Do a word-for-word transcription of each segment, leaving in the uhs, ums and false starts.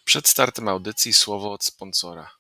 Przed startem audycji słowo od sponsora.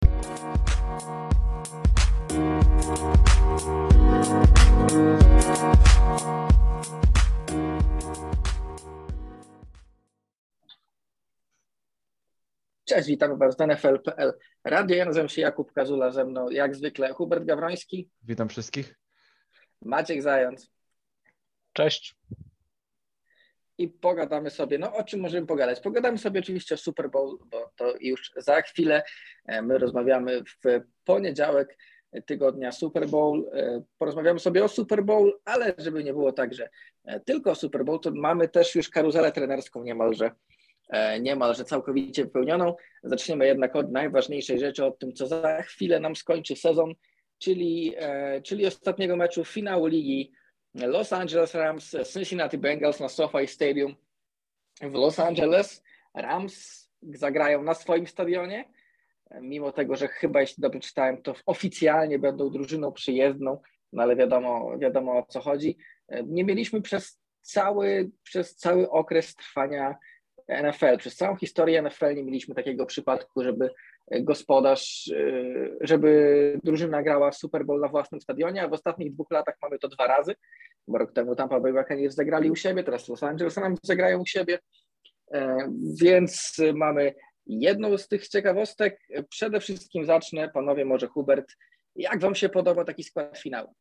Cześć, witam Was z N F L kropka P L Radio. Ja nazywam się Jakub Kazula, ze mną jak zwykle Hubert Gawroński. Witam wszystkich. Maciek Zając. Cześć. I pogadamy sobie, no o czym możemy pogadać? Pogadamy sobie oczywiście o Super Bowl, bo to już za chwilę. My rozmawiamy w poniedziałek tygodnia Super Bowl. Porozmawiamy sobie o Super Bowl, ale żeby nie było tak, że tylko o Super Bowl, to mamy też już karuzelę trenerską niemalże. niemalże całkowicie wypełnioną. Zaczniemy jednak od najważniejszej rzeczy, od tym, co za chwilę nam skończy sezon, czyli, czyli ostatniego meczu finału ligi Los Angeles Rams, Cincinnati Bengals na SoFi Stadium w Los Angeles. Rams zagrają na swoim stadionie, mimo tego, że chyba, jeśli dobrze czytałem, to oficjalnie będą drużyną przyjezdną, no ale wiadomo, wiadomo o co chodzi. Nie mieliśmy przez cały, przez cały okres trwania N F L, przez całą historię N F L nie mieliśmy takiego przypadku, żeby gospodarz, żeby drużyna grała Super Bowl na własnym stadionie, a w ostatnich dwóch latach mamy to dwa razy, bo rok temu Tampa Bay Buccaneers zagrali u siebie, teraz Los Angeles Rams zagrają u siebie, więc mamy jedną z tych ciekawostek. Przede wszystkim zacznę, panowie, może Hubert, jak wam się podoba taki skład finału?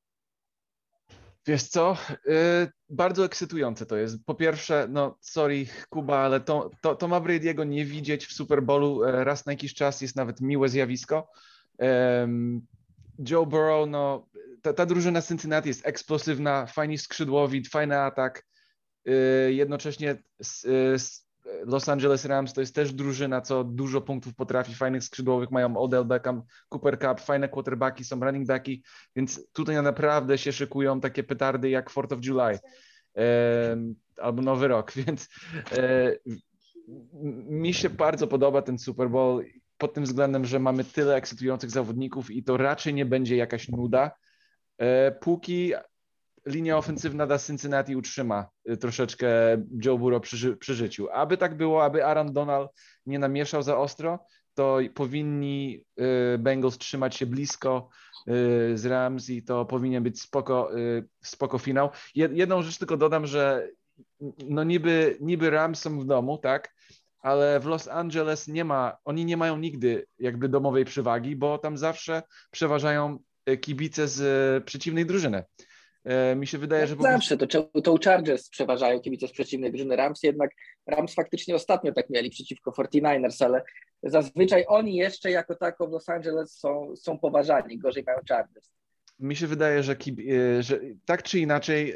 Wiesz co, yy, bardzo ekscytujące to jest. Po pierwsze, no sorry Kuba, ale to, to, Toma Brady'ego nie widzieć w Super Bowlu raz na jakiś czas jest nawet miłe zjawisko. Um, Joe Burrow, no ta, ta drużyna Cincinnati jest eksplosywna, fajni skrzydłowi, fajny atak. Yy, jednocześnie z, z Los Angeles Rams to jest też drużyna, co dużo punktów potrafi, fajnych skrzydłowych mają Odell Beckham, Cooper Kupp, fajne quarterbacki, są running backi, więc tutaj naprawdę się szykują takie petardy jak fourth of July e, albo Nowy Rok, więc e, mi się bardzo podoba ten Super Bowl pod tym względem, że mamy tyle ekscytujących zawodników i to raczej nie będzie jakaś nuda, e, póki linia ofensywna dla Cincinnati utrzyma troszeczkę Joe Burrow przy, przy życiu. Aby tak było, aby Aaron Donald nie namieszał za ostro, to powinni Bengals trzymać się blisko z Rams i to powinien być spoko, spoko finał. Jedną rzecz tylko dodam, że no niby, niby Rams są w domu, tak, ale w Los Angeles nie ma, oni nie mają nigdy jakby domowej przewagi, bo tam zawsze przeważają kibice z przeciwnej drużyny. Mi się wydaje, no, że... Zawsze, to, to Chargers przeważają kibice z przeciwnej drużyny. Rams jednak, Rams faktycznie ostatnio tak mieli przeciwko forty-niners, ale zazwyczaj oni jeszcze jako tako w Los Angeles są, są poważani, gorzej mają Chargers. Mi się wydaje, że, kib... że tak czy inaczej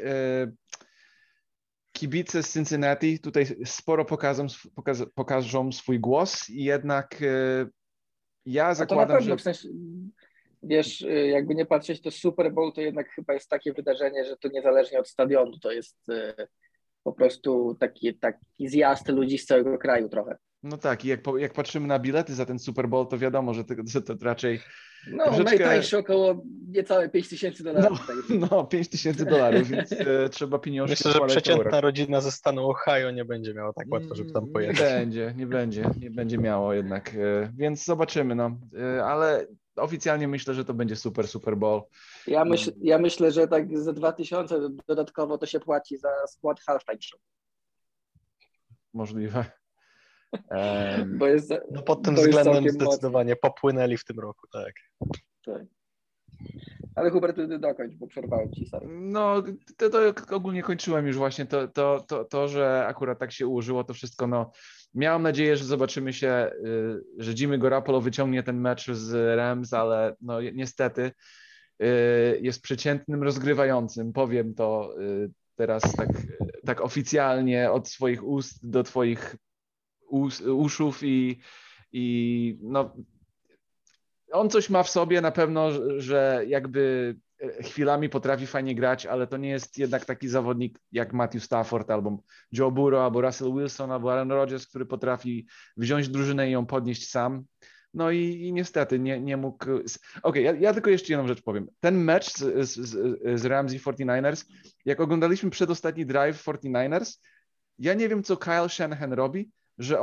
kibice z Cincinnati tutaj sporo pokażą, pokaż... pokażą swój głos i jednak ja zakładam, no to na pewno, że... w sensie... Wiesz, jakby nie patrzeć, to Super Bowl to jednak chyba jest takie wydarzenie, że to niezależnie od stadionu, to jest po prostu taki, taki zjazd ludzi z całego kraju trochę. No tak, i jak, jak patrzymy na bilety za ten Super Bowl, to wiadomo, że to, że to raczej No, troszeczkę... najtańszy około niecałe pięć tysięcy dolarów. No, no pięć tysięcy dolarów, więc e, trzeba pieniążki. Myślę, że przeciętna rodzina ze stanu Ohio nie będzie miała tak łatwo, żeby tam pojechać. Nie będzie, nie będzie, nie będzie miało jednak, e, więc zobaczymy, no, e, ale oficjalnie myślę, że to będzie super, Super Bowl. Ja, myśl, ja myślę, że tak za dwa tysiące dodatkowo to się płaci za skład halftime show. Możliwe. Um, bo jest, no pod tym względem zdecydowanie mocno popłynęli w tym roku, tak. tak. Ale Hubert, ty dokończ, bo przerwałem ci. Sorry. No, to, to ogólnie kończyłem już właśnie to, to, to, to, że akurat tak się ułożyło to wszystko, no miałem nadzieję, że zobaczymy się, że Jimmy Garoppolo wyciągnie ten mecz z Rams, ale no niestety jest przeciętnym rozgrywającym, powiem to teraz tak, tak oficjalnie od swoich ust do twoich us, uszów i, i no on coś ma w sobie na pewno, że jakby chwilami potrafi fajnie grać, ale to nie jest jednak taki zawodnik jak Matthew Stafford albo Joe Burrow, albo Russell Wilson, albo Aaron Rodgers, który potrafi wziąć drużynę i ją podnieść sam. No i, i niestety nie, nie mógł... Okej, okay, ja, ja tylko jeszcze jedną rzecz powiem. Ten mecz z, z, z Rams i forty-niners, jak oglądaliśmy przedostatni drive forty-niners, ja nie wiem, co Kyle Shanahan robi, że on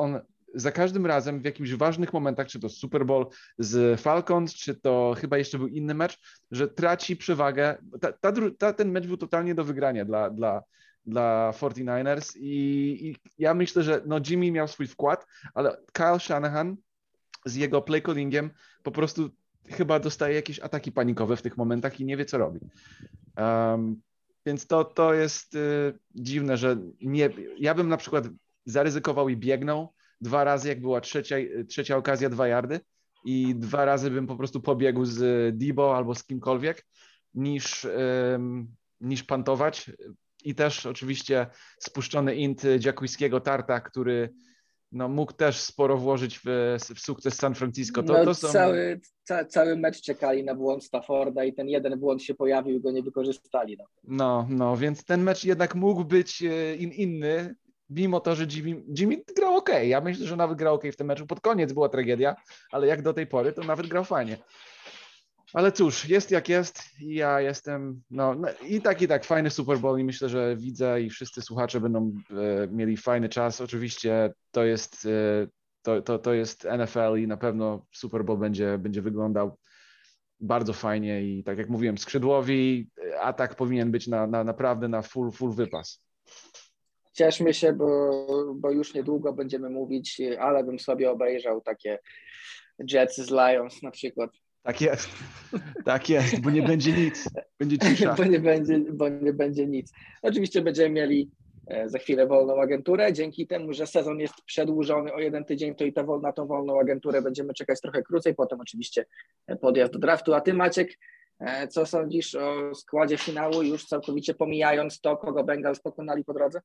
za każdym razem w jakimś ważnych momentach, czy to Super Bowl z Falcons, czy to chyba jeszcze był inny mecz, że traci przewagę. Ta, ta, ta, ten mecz był totalnie do wygrania dla, dla, dla czterdzieści dziewięć i, i ja myślę, że no Jimmy miał swój wkład, ale Kyle Shanahan z jego play callingiem po prostu chyba dostaje jakieś ataki panikowe w tych momentach i nie wie, co robi. Um, więc to, to jest y, dziwne, że nie, ja bym na przykład zaryzykował i biegnął dwa razy, jak była trzecia, trzecia okazja, dwa yardy i dwa razy bym po prostu pobiegł z Debo albo z kimkolwiek, niż, ym, niż pantować. I też oczywiście spuszczony int Dziakuńskiego Tarta, który no, mógł też sporo włożyć w, w sukces San Francisco. To, no, to są... cały, ca, cały mecz czekali na błąd Stafforda i ten jeden błąd się pojawił i go nie wykorzystali. No, no, no więc ten mecz jednak mógł być in, inny, mimo to, że Jimmy, Jimmy grał ok. Ja myślę, że nawet grał ok w tym meczu. Pod koniec była tragedia, ale jak do tej pory, to nawet grał fajnie. Ale cóż, jest jak jest i ja jestem, no, no i tak, i tak, fajny Super Bowl i myślę, że widzę i wszyscy słuchacze będą e, mieli fajny czas. Oczywiście to jest, e, to, to, to jest N F L i na pewno Super Bowl będzie, będzie wyglądał bardzo fajnie i tak jak mówiłem, skrzydłowi, atak powinien być na, na naprawdę na full, full wypas. cieszmy się, bo, bo już niedługo będziemy mówić, ale bym sobie obejrzał takie Jets z Lions na przykład. Tak jest, tak jest, bo nie będzie nic, będzie cisza. bo, nie będzie, bo nie będzie nic. Oczywiście będziemy mieli za chwilę wolną agenturę. Dzięki temu, że sezon jest przedłużony o jeden tydzień, to i ta, na tą wolną agenturę będziemy czekać trochę krócej, potem oczywiście podjazd do draftu. A ty, Maciek, co sądzisz o składzie finału, już całkowicie pomijając to, kogo Bengals pokonali po drodze?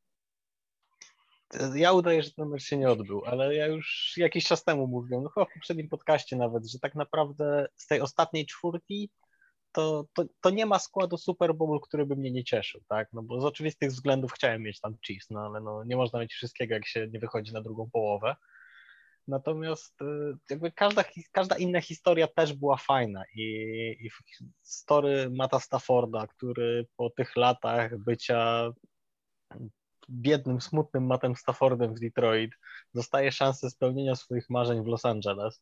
Ja udaję, że ten mecz się nie odbył, ale ja już jakiś czas temu mówiłem, no chyba w poprzednim podcaście nawet, że tak naprawdę z tej ostatniej czwórki to, to, to nie ma składu Super Bowl, który by mnie nie cieszył, tak? No bo z oczywistych względów chciałem mieć tam Chiefs, no ale no, nie można mieć wszystkiego, jak się nie wychodzi na drugą połowę. Natomiast jakby każda, każda inna historia też była fajna i, i story Matta Stafforda, który po tych latach bycia biednym, smutnym Mattem Staffordem w Detroit dostaje szansę spełnienia swoich marzeń w Los Angeles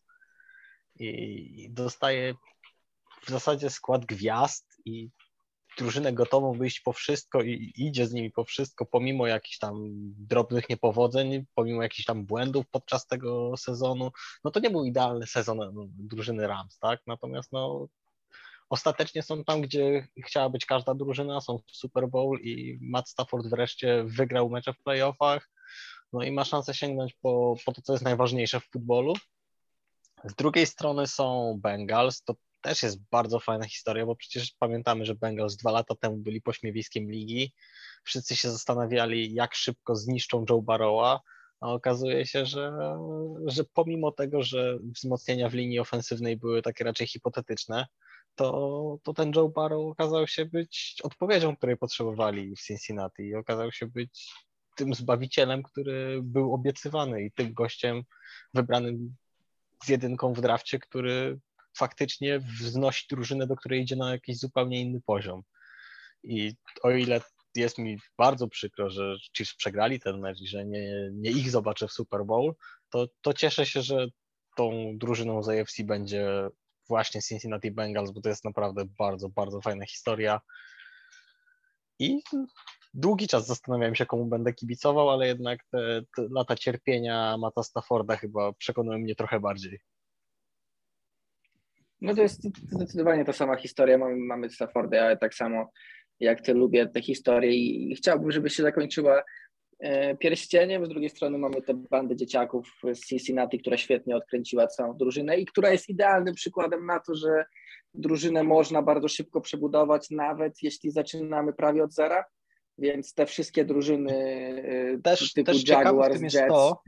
i dostaje w zasadzie skład gwiazd i drużynę gotową wyjść po wszystko i idzie z nimi po wszystko, pomimo jakichś tam drobnych niepowodzeń, pomimo jakichś tam błędów podczas tego sezonu. No to nie był idealny sezon drużyny Rams, tak? Natomiast no ostatecznie są tam, gdzie chciała być każda drużyna, są w Super Bowl i Matt Stafford wreszcie wygrał mecze w playoffach, no i ma szansę sięgnąć po, po to, co jest najważniejsze w futbolu. Z drugiej strony są Bengals, to też jest bardzo fajna historia, bo przecież pamiętamy, że Bengals dwa lata temu byli pośmiewiskiem ligi, wszyscy się zastanawiali, jak szybko zniszczą Joe Burrowa, a okazuje się, że, że pomimo tego, że wzmocnienia w linii ofensywnej były takie raczej hipotetyczne, to, to ten Joe Burrow okazał się być odpowiedzią, której potrzebowali w Cincinnati i okazał się być tym zbawicielem, który był obiecywany i tym gościem wybranym z jedynką w drafcie, który faktycznie wznosi drużynę, do której idzie na jakiś zupełnie inny poziom. I o ile jest mi bardzo przykro, że Chiefs przegrali ten mecz i że nie, nie ich zobaczę w Super Bowl, to, to cieszę się, że tą drużyną z A F C będzie właśnie Cincinnati Bengals, bo to jest naprawdę bardzo, bardzo fajna historia. I długi czas zastanawiałem się, komu będę kibicował, ale jednak te, te lata cierpienia Matta Stafforda chyba przekonują mnie trochę bardziej. No to jest zdecydowanie ta sama historia. Mamy, mamy Stafforda, ja tak samo jak ty lubię te historie i chciałbym, żeby się zakończyła pierścieniem. Z drugiej strony mamy tę bandę dzieciaków z Cincinnati, która świetnie odkręciła całą drużynę i która jest idealnym przykładem na to, że drużynę można bardzo szybko przebudować, nawet jeśli zaczynamy prawie od zera. Więc te wszystkie drużyny też, typu też Jaguars, jest Jets... To,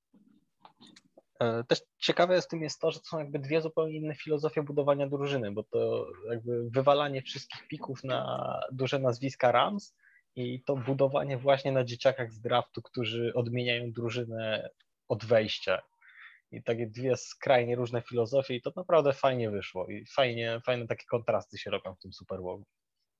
też ciekawe w tym jest to, że to są jakby dwie zupełnie inne filozofie budowania drużyny, bo to jakby wywalanie wszystkich pików na duże nazwiska Rams i to budowanie właśnie na dzieciakach z draftu, którzy odmieniają drużynę od wejścia. I takie dwie skrajnie różne filozofie i to naprawdę fajnie wyszło i fajnie, fajne takie kontrasty się robią w tym Super Bowlu.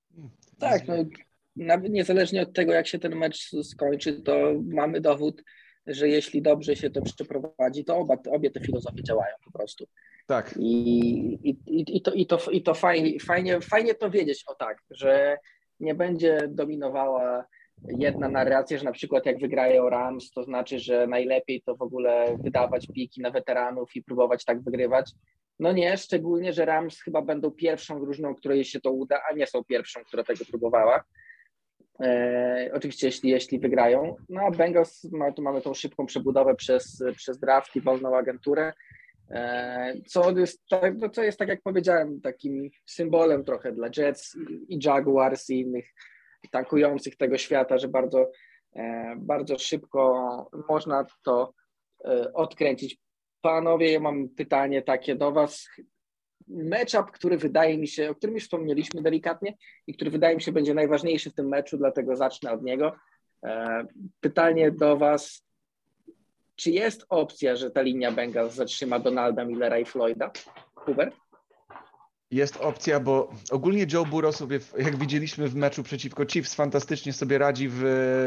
Tak, no, nawet niezależnie od tego, jak się ten mecz skończy, to mamy dowód że jeśli dobrze się to przeprowadzi, to oba, obie te filozofie działają po prostu. Tak. I, i, i, i, to, i, to, i to fajnie, fajnie, fajnie to wiedzieć, o tak, że nie będzie dominowała jedna narracja, że na przykład jak wygrają Rams, to znaczy, że najlepiej to w ogóle wydawać piki na weteranów i próbować tak wygrywać. No nie, szczególnie, że Rams chyba będą pierwszą drużyną, której się to uda, a nie są pierwszą, która tego próbowała. E, oczywiście jeśli, jeśli wygrają. No a Bengals, ma, tu mamy tą szybką przebudowę przez, przez draft i wolną agenturę, e, co, jest, tak, no, co jest, tak jak powiedziałem, takim symbolem trochę dla Jets i Jaguars i innych tankujących tego świata, że bardzo, e, bardzo szybko można to e, odkręcić. Panowie, ja mam pytanie takie do was. Matchup, który wydaje mi się, o którym już wspomnieliśmy delikatnie i który wydaje mi się będzie najważniejszy w tym meczu, dlatego zacznę od niego. E, pytanie do was. Czy jest opcja, że ta linia Bengals zatrzyma Donalda, Millera i Floyda? Hubert? Jest opcja, bo ogólnie Joe Burrow sobie, jak widzieliśmy w meczu przeciwko Chiefs, fantastycznie sobie radzi w,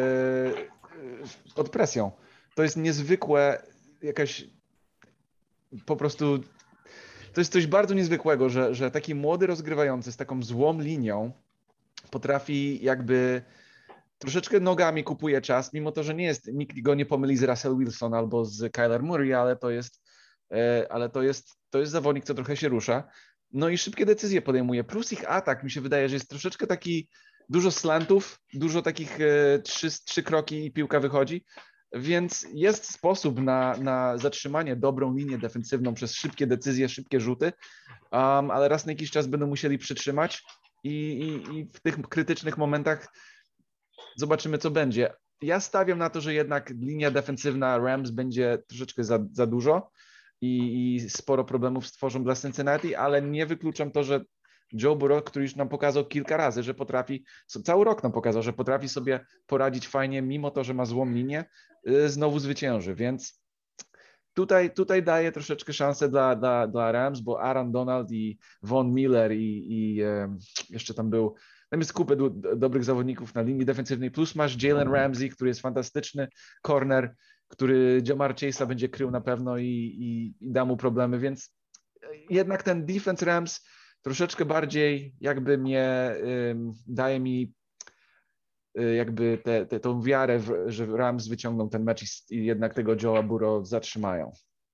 pod presją. To jest niezwykłe, jakaś po prostu, to jest coś bardzo niezwykłego, że, że taki młody rozgrywający z taką złą linią potrafi jakby troszeczkę nogami kupuje czas, mimo to, że nie jest, nikt go nie pomyli z Russell Wilson albo z Kyler Murray, ale to jest, ale to jest, to jest zawodnik, co trochę się rusza. No i szybkie decyzje podejmuje. Plus ich atak mi się wydaje, że jest troszeczkę taki, dużo slantów, dużo takich e, trzy, trzy kroki i piłka wychodzi, więc jest sposób na, na zatrzymanie dobrą linię defensywną przez szybkie decyzje, szybkie rzuty, um, ale raz na jakiś czas będą musieli przytrzymać i, i, i w tych krytycznych momentach zobaczymy, co będzie. Ja stawiam na to, że jednak linia defensywna Rams będzie troszeczkę za, za dużo i, i sporo problemów stworzą dla Cincinnati, ale nie wykluczam to, że Joe Burrow, który już nam pokazał kilka razy, że potrafi, cały rok nam pokazał, że potrafi sobie poradzić fajnie, mimo to, że ma złą linię, znowu zwycięży, więc tutaj, tutaj daję troszeczkę szansę dla, dla, dla Rams, bo Aaron Donald i Von Miller i, i e, jeszcze tam był, tam jest kupę do, dobrych zawodników na linii defensywnej, plus masz Jalen Ramsey, który jest fantastyczny corner, który Jamar Chase'a będzie krył na pewno i, i, i da mu problemy, więc jednak ten defense Rams troszeczkę bardziej jakby mnie ym, daje mi y, jakby te, te, tą wiarę, w, że Rams wyciągną ten mecz i, i jednak tego Joe'a Burrow zatrzymają.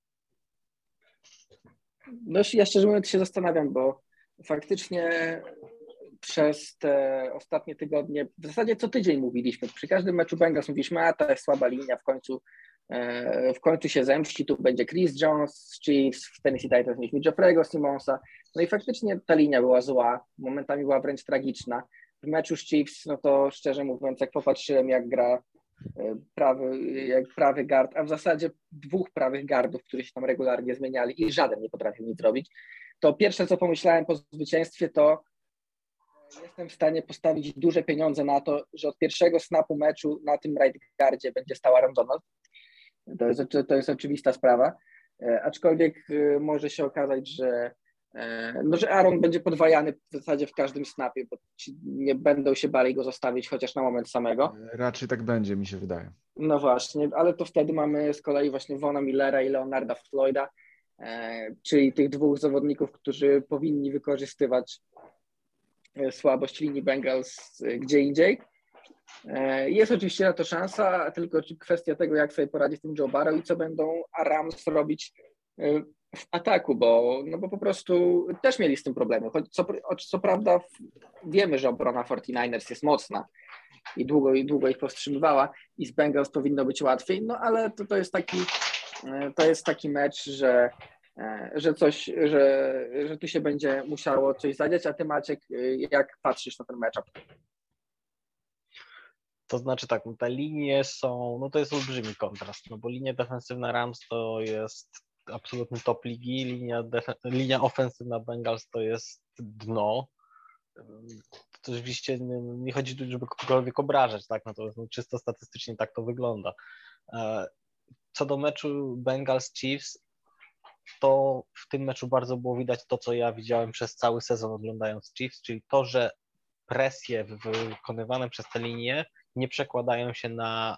No ja szczerze mówiąc się zastanawiam, bo faktycznie przez te ostatnie tygodnie, w zasadzie co tydzień mówiliśmy, przy każdym meczu Bengals mówiliśmy, a to jest słaba linia, w końcu w końcu się zemści, tu będzie Chris Jones z Chiefs, w Tennessee Titans mieliśmy Jeffrey'ego Simonsa, no i faktycznie ta linia była zła, momentami była wręcz tragiczna. W meczu z Chiefs, no to szczerze mówiąc, jak popatrzyłem, jak gra prawy, jak prawy guard, a w zasadzie dwóch prawych guardów, którzy się tam regularnie zmieniali i żaden nie potrafił nic zrobić, to pierwsze, co pomyślałem po zwycięstwie, to jestem w stanie postawić duże pieniądze na to, że od pierwszego snapu meczu na tym right guardzie będzie stał Aaron Donald. To jest, to jest oczywista sprawa, e, aczkolwiek e, może się okazać, że, e, no, że Aaron będzie podwajany w zasadzie w każdym snapie, bo ci nie będą się bali go zostawić chociaż na moment samego. Raczej tak będzie, mi się wydaje. No właśnie, ale to wtedy mamy z kolei właśnie Vona Millera i Leonarda Floyda, e, czyli tych dwóch zawodników, którzy powinni wykorzystywać słabość linii Bengals gdzie indziej. Jest oczywiście na to szansa, tylko kwestia tego, jak sobie poradzi z tym Joe Burrow i co będą Rams robić w ataku, bo, no bo po prostu też mieli z tym problemy. Choć co, co prawda wiemy, że obrona czterdzieści jest mocna i długo, i długo ich powstrzymywała i z Bengals powinno być łatwiej, no ale to, to, jest, taki, to jest taki mecz, że że coś, że, że tu się będzie musiało coś zadziać, a ty Maciek, jak patrzysz na ten matchup? To znaczy tak, no te linie są, no to jest olbrzymi kontrast, no bo linia defensywna Rams to jest absolutny top ligi, linia, def- linia ofensywna Bengals to jest dno. To oczywiście nie, nie chodzi tu, żeby kogokolwiek obrażać, tak, no to no, czysto statystycznie tak to wygląda. Co do meczu Bengals-Chiefs, to w tym meczu bardzo było widać to, co ja widziałem przez cały sezon oglądając Chiefs, czyli to, że presje wykonywane przez tę linię nie przekładają się na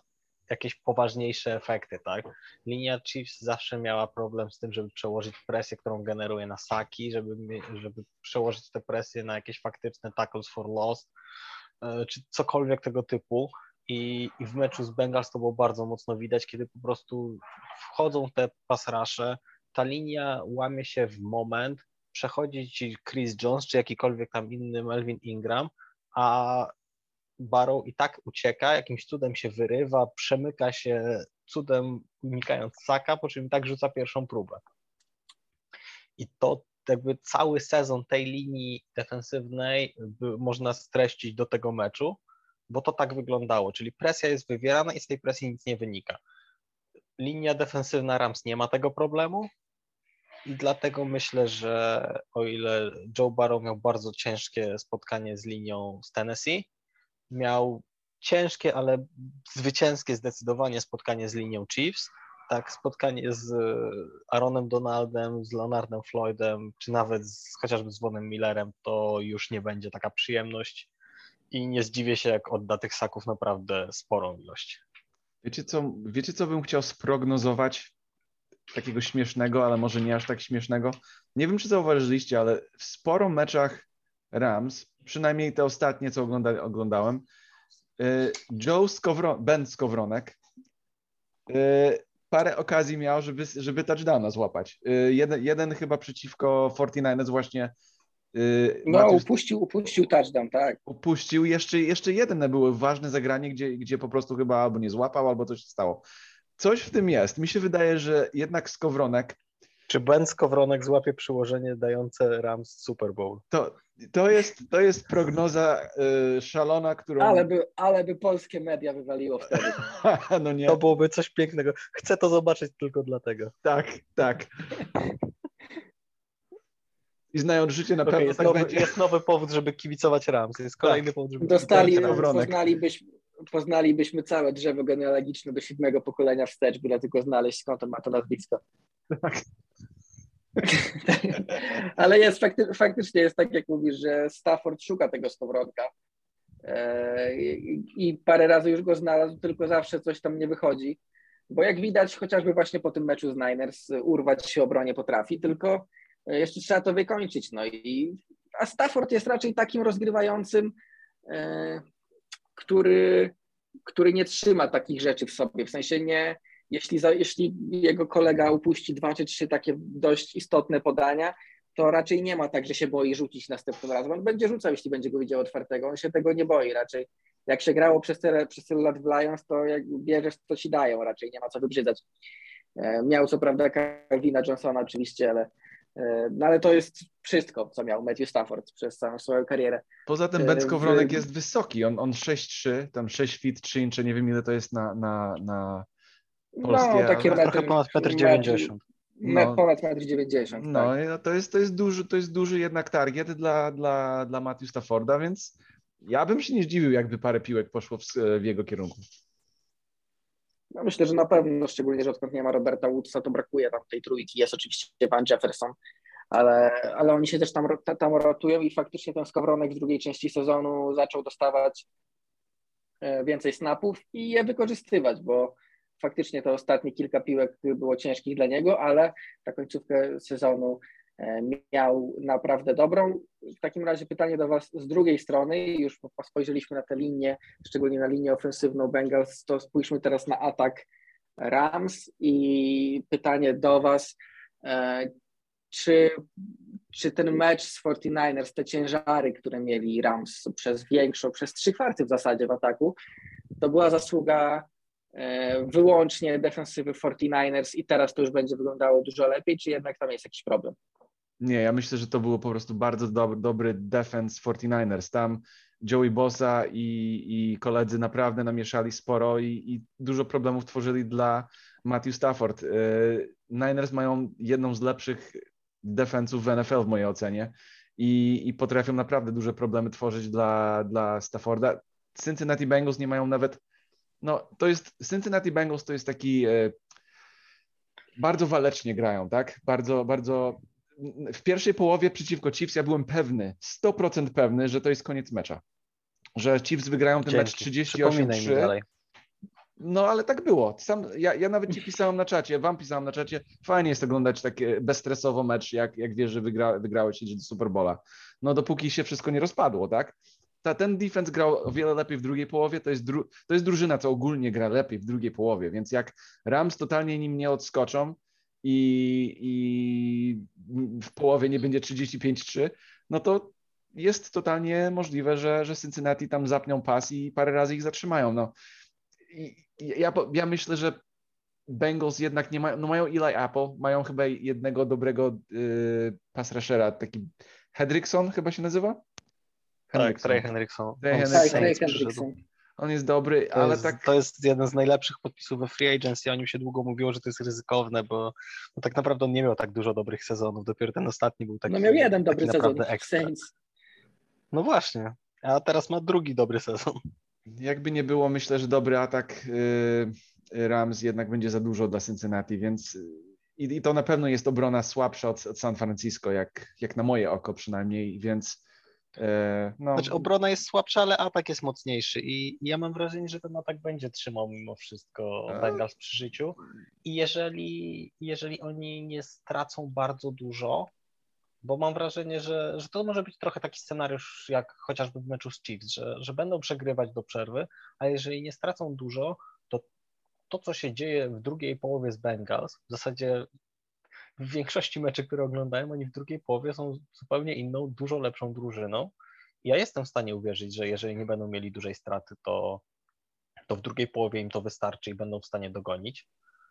jakieś poważniejsze efekty, tak? Linia Chiefs zawsze miała problem z tym, żeby przełożyć presję, którą generuje na saki, żeby, żeby przełożyć tę presję na jakieś faktyczne tackles for loss, czy cokolwiek tego typu. I, I w meczu z Bengals to było bardzo mocno widać, kiedy po prostu wchodzą te pass rushe, ta linia łamie się w moment, przechodzi ci Chris Jones czy jakikolwiek tam inny Melvin Ingram, a Barrow i tak ucieka, jakimś cudem się wyrywa, przemyka się cudem unikając saka, po czym i tak rzuca pierwszą próbę. I to jakby cały sezon tej linii defensywnej by, można streścić do tego meczu, bo to tak wyglądało, czyli presja jest wywierana i z tej presji nic nie wynika. Linia defensywna Rams nie ma tego problemu i dlatego myślę, że o ile Joe Burrow miał bardzo ciężkie spotkanie z linią z Tennessee, miał ciężkie, ale zwycięskie zdecydowanie spotkanie z linią Chiefs, tak spotkanie z Aaronem Donaldem, z Leonardem Floydem, czy nawet z, chociażby z Vonem Millerem, to już nie będzie taka przyjemność i nie zdziwię się, jak odda tych saków naprawdę sporą ilość. Wiecie co, wiecie, co bym chciał sprognozować? Takiego śmiesznego, ale może nie aż tak śmiesznego. Nie wiem, czy zauważyliście, ale w sporo meczach Rams, przynajmniej te ostatnie, co ogląda, oglądałem, Joe Skowron- Ben Skowronek parę okazji miał, żeby, żeby touchdowna złapać. Jeden, jeden chyba przeciwko czterdzieści dziewięć właśnie. No, Matthews upuścił, upuścił touchdown, tak. upuścił. Jeszcze, jeszcze jeden było ważne zagranie, gdzie, gdzie po prostu chyba albo nie złapał, albo coś się stało. Coś w tym jest. Mi się wydaje, że jednak Skowronek. Czy Ben Skowronek złapie przyłożenie dające Rams Super Bowl? To, to, jest, to jest prognoza y, szalona, którą... Ale by, ale by polskie media wywaliło wtedy. no nie. To byłoby coś pięknego. Chcę to zobaczyć tylko dlatego. Tak, tak. I znając życie na Okay, pewno jest, tak nowy, będzie. jest nowy powód, żeby kibicować Rams. Jest kolejny tak. powód, żeby Dostali, kibicować Rams. poznalibyśmy, poznalibyśmy całe drzewo genealogiczne do siódmego pokolenia wstecz, byle tylko znaleźć, skąd on ma to nazwisko. Tak. Ale jest fakty, faktycznie jest tak, jak mówisz, że Stafford szuka tego Skowronka i, i parę razy już go znalazł, tylko zawsze coś tam nie wychodzi, bo jak widać chociażby właśnie po tym meczu z Niners urwać się obronie potrafi, tylko jeszcze trzeba to wykończyć. No i, a Stafford jest raczej takim rozgrywającym, który, który nie trzyma takich rzeczy w sobie, w sensie nie. Jeśli, za, jeśli jego kolega upuści dwa czy trzy takie dość istotne podania, to raczej nie ma tak, że się boi rzucić następnym razem. On będzie rzucał, jeśli będzie go widział otwartego. On się tego nie boi raczej. Jak się grało przez tyle, przez tyle lat w Lions, to jak bierzesz, to ci dają raczej. Nie ma co wybrzydzać. E, miał co prawda Calvina Johnsona oczywiście, ale, e, no ale to jest wszystko, co miał Matthew Stafford przez całą swoją karierę. Poza tym Ben Skowronek w... jest wysoki. On, on sześć trzy, tam sześć feet trzy incze, nie wiem ile to jest na... na, na... Polskie, no, takie ale... metry, trochę ponad metr dziewięćdziesiąt. No, ponad metr dziewięćdziesiąt. No, tak. to jest, to jest duży, to jest duży jednak target dla, dla, dla Matthew Stafforda, więc ja bym się nie zdziwił, jakby parę piłek poszło w, w jego kierunku. No, myślę, że na pewno, szczególnie, że odkąd nie ma Roberta Woodsa, to brakuje tam tej trójki. Jest oczywiście Van Jefferson, ale, ale oni się też tam, tam rotują i faktycznie ten Skowronek w drugiej części sezonu zaczął dostawać więcej snapów i je wykorzystywać, bo faktycznie to ostatnie kilka piłek było ciężkich dla niego, ale na końcówkę sezonu miał naprawdę dobrą. W takim razie pytanie do Was z drugiej strony, już spojrzeliśmy na tę linię, szczególnie na linię ofensywną Bengals, to spójrzmy teraz na atak Rams i pytanie do Was, czy, czy ten mecz z czterdzieści dziewięć, te ciężary, które mieli Rams przez większą, przez trzy kwarty w zasadzie w ataku, to była zasługa wyłącznie defensywy czterdzieści dziewięć i teraz to już będzie wyglądało dużo lepiej, czy jednak tam jest jakiś problem? Nie, ja myślę, że to było po prostu bardzo dobry, dobry defense czterdzieści dziewięć. Tam Joey Bosa i, i koledzy naprawdę namieszali sporo i, i dużo problemów tworzyli dla Matthew Stafford. Niners mają jedną z lepszych defensów w N F L w mojej ocenie i, i potrafią naprawdę duże problemy tworzyć dla, dla Stafforda. Cincinnati Bengals nie mają nawet, no to jest, Cincinnati Bengals to jest taki, e, bardzo walecznie grają, tak? Bardzo, bardzo, w pierwszej połowie przeciwko Chiefs ja byłem pewny, sto procent pewny, że to jest koniec mecza. Że Chiefs wygrają ten Dzięki. mecz trzydzieści osiem trzy. No ale tak było. Sam, ja, ja nawet ci pisałem na czacie, wam pisałem na czacie, fajnie jest oglądać takie bezstresowo mecz, jak, jak wiesz, że wygra, wygrałeś, idzie do Superbola. No dopóki się wszystko nie rozpadło, tak? Ta, ten defense grał o wiele lepiej w drugiej połowie, to jest, dru, to jest drużyna, co ogólnie gra lepiej w drugiej połowie, więc jak Rams totalnie nim nie odskoczą i, i w połowie nie będzie trzydzieści pięć trzy, no to jest totalnie możliwe, że, że Cincinnati tam zapnią pas i parę razy ich zatrzymają. No. I, ja, ja myślę, że Bengals jednak nie mają, no mają Eli Apple, mają chyba jednego dobrego y, pass rushera, taki Hendrickson chyba się nazywa? Tak, Trey Hendrickson. Tak, Trey Hendrickson. On jest dobry, to ale jest, tak... To jest jeden z najlepszych podpisów we free agency. O nim się długo mówiło, że to jest ryzykowne, bo no tak naprawdę on nie miał tak dużo dobrych sezonów. Dopiero ten ostatni był taki No miał jeden dobry sezon w Saints. No właśnie, a teraz ma drugi dobry sezon. Jakby nie było, myślę, że dobry atak yy, Rams jednak będzie za dużo dla Cincinnati, więc i, i to na pewno jest obrona słabsza od, od San Francisco, jak, jak na moje oko przynajmniej, więc yy, no. Znaczy obrona jest słabsza, ale atak jest mocniejszy i ja mam wrażenie, że ten atak będzie trzymał mimo wszystko Bengals przy życiu i jeżeli, jeżeli oni nie stracą bardzo dużo, bo mam wrażenie, że, że to może być trochę taki scenariusz jak chociażby w meczu z Chiefs, że, że będą przegrywać do przerwy, a jeżeli nie stracą dużo, to to, co się dzieje w drugiej połowie z Bengals, w zasadzie w większości meczy, które oglądałem, oni w drugiej połowie są zupełnie inną, dużo lepszą drużyną. Ja jestem w stanie uwierzyć, że jeżeli nie będą mieli dużej straty, to, to w drugiej połowie im to wystarczy i będą w stanie dogonić.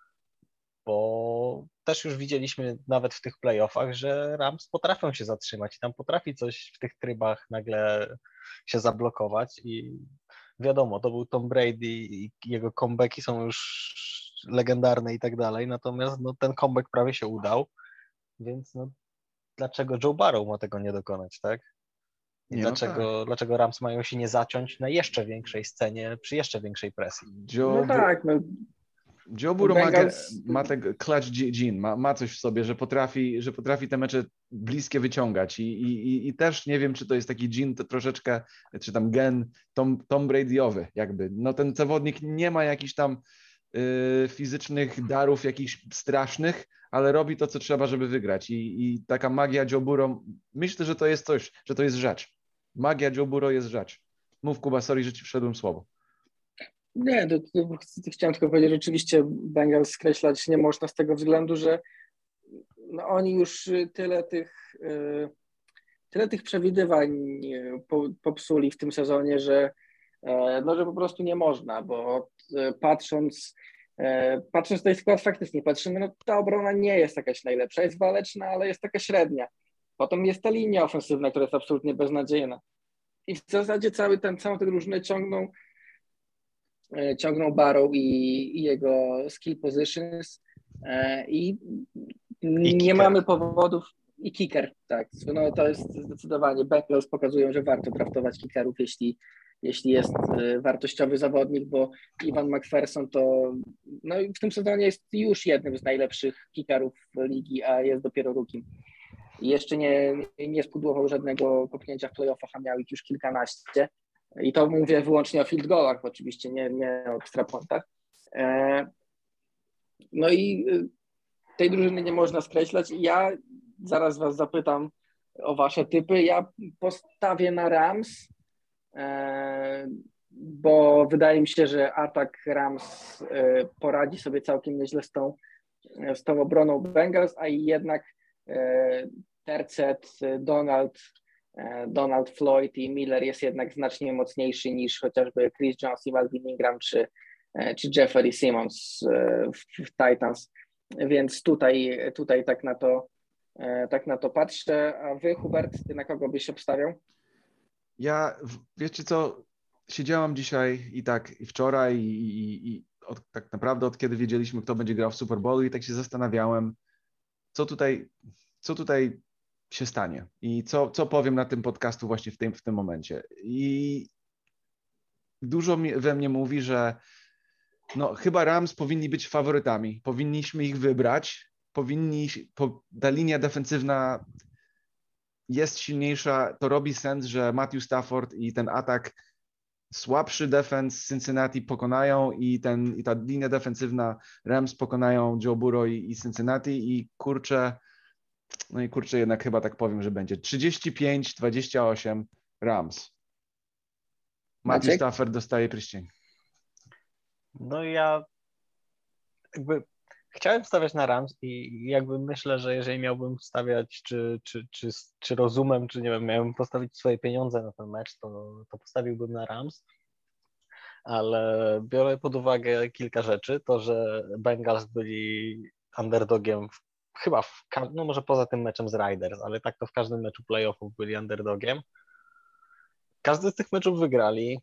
Bo też już widzieliśmy nawet w tych playoffach, że Rams potrafią się zatrzymać i tam potrafi coś w tych trybach nagle się zablokować i wiadomo, to był Tom Brady i jego comebacki są już legendarne i tak dalej, natomiast no, ten comeback prawie się udał, więc no, dlaczego Joe Burrow ma tego nie dokonać, tak? I nie, dlaczego, no tak. dlaczego Rams mają się nie zaciąć na jeszcze większej scenie, przy jeszcze większej presji? Joe No tak, no. Joe Burrow ma, Bengals... ma ten clutch gene, ma, ma coś w sobie, że potrafi, że potrafi te mecze bliskie wyciągać i, i, i też nie wiem, czy to jest taki gene to troszeczkę, czy tam gen Tom, Tom Bradyowy jakby. No ten zawodnik nie ma jakichś tam y, fizycznych darów jakichś strasznych, ale robi to, co trzeba, żeby wygrać i, i taka magia Joe Burrow, myślę, że to jest coś, że to jest rzecz. Magia Joe Burrow jest rzecz. Mów, Kuba, sorry, że ci wszedłem słowo. Nie, to, to, to chciałem tylko powiedzieć, że rzeczywiście Bengals skreślać nie można z tego względu, że no oni już tyle tych, tyle tych przewidywań popsuli w tym sezonie, że, no, że po prostu nie można, bo patrząc, patrząc na ten skład faktycznie patrzymy, no ta obrona nie jest jakaś najlepsza, jest waleczna, ale jest taka średnia. Potem jest ta linia ofensywna, która jest absolutnie beznadziejna. I w zasadzie cały ten, całą tę drużynę ciągną ciągnął Burrow i, i jego skill positions i, I nie mamy powodów i kicker, tak, no to jest zdecydowanie, Bengals pokazują, że warto draftować kickerów, jeśli, jeśli jest wartościowy zawodnik, bo Ivan McPherson to no w tym sezonie jest już jednym z najlepszych kickerów ligi, a jest dopiero rookiem. I jeszcze nie, nie spudłował żadnego kopnięcia w playoffach, a miał ich już kilkanaście. I to mówię wyłącznie o field goalach, oczywiście, nie, nie o extra pointach. No i tej drużyny nie można skreślać. Ja zaraz was zapytam o wasze typy. Ja postawię na Rams, bo wydaje mi się, że atak Rams poradzi sobie całkiem nieźle z tą, z tą obroną Bengals, a jednak tercet Donald Donald Floyd i Miller jest jednak znacznie mocniejszy niż chociażby Chris Jones i Melvin Ingram czy, czy Jeffery Simmons w, w Titans, więc tutaj, tutaj tak, na to, tak na to patrzę. A wy, Hubert, ty na kogo byś obstawiał? Ja, wiecie co, siedziałam dzisiaj i tak i wczoraj i, i, i od, tak naprawdę od kiedy wiedzieliśmy, kto będzie grał w Super Bowlu i tak się zastanawiałem, co tutaj, co tutaj się stanie i co, co powiem na tym podcastu właśnie w tym, w tym momencie. I dużo mi, we mnie mówi, że no, chyba Rams powinni być faworytami, powinniśmy ich wybrać, powinni, po, ta linia defensywna jest silniejsza, to robi sens, że Matthew Stafford i ten atak słabszy defense Cincinnati pokonają i, ten, i ta linia defensywna Rams pokonają Joe Burrow i, i Cincinnati i kurczę, no i kurczę jednak chyba tak powiem, że będzie trzydzieści pięć dwadzieścia osiem Rams. Matthew Maciek? Stafford dostaje pryścień. No ja jakby chciałem stawiać na Rams i jakby myślę, że jeżeli miałbym stawiać czy, czy, czy, czy rozumem, czy nie wiem, miałbym postawić swoje pieniądze na ten mecz, to, to postawiłbym na Rams, ale biorę pod uwagę kilka rzeczy. To, że Bengals byli underdogiem w, chyba w, no może poza tym meczem z Raiders, ale tak to w każdym meczu playoffów byli underdogiem. Każdy z tych meczów wygrali.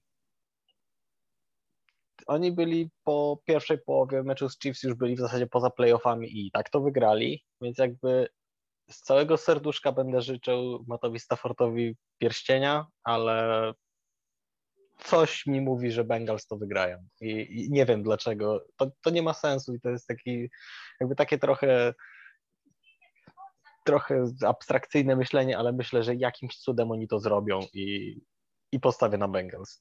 Oni byli po pierwszej połowie meczu z Chiefs już byli w zasadzie poza playoffami i tak to wygrali, więc jakby z całego serduszka będę życzył Mattowi Staffordowi pierścienia, ale coś mi mówi, że Bengals to wygrają i, i nie wiem dlaczego. To, to nie ma sensu i to jest taki jakby takie trochę trochę abstrakcyjne myślenie, ale myślę, że jakimś cudem oni to zrobią i, i postawię na Bengals.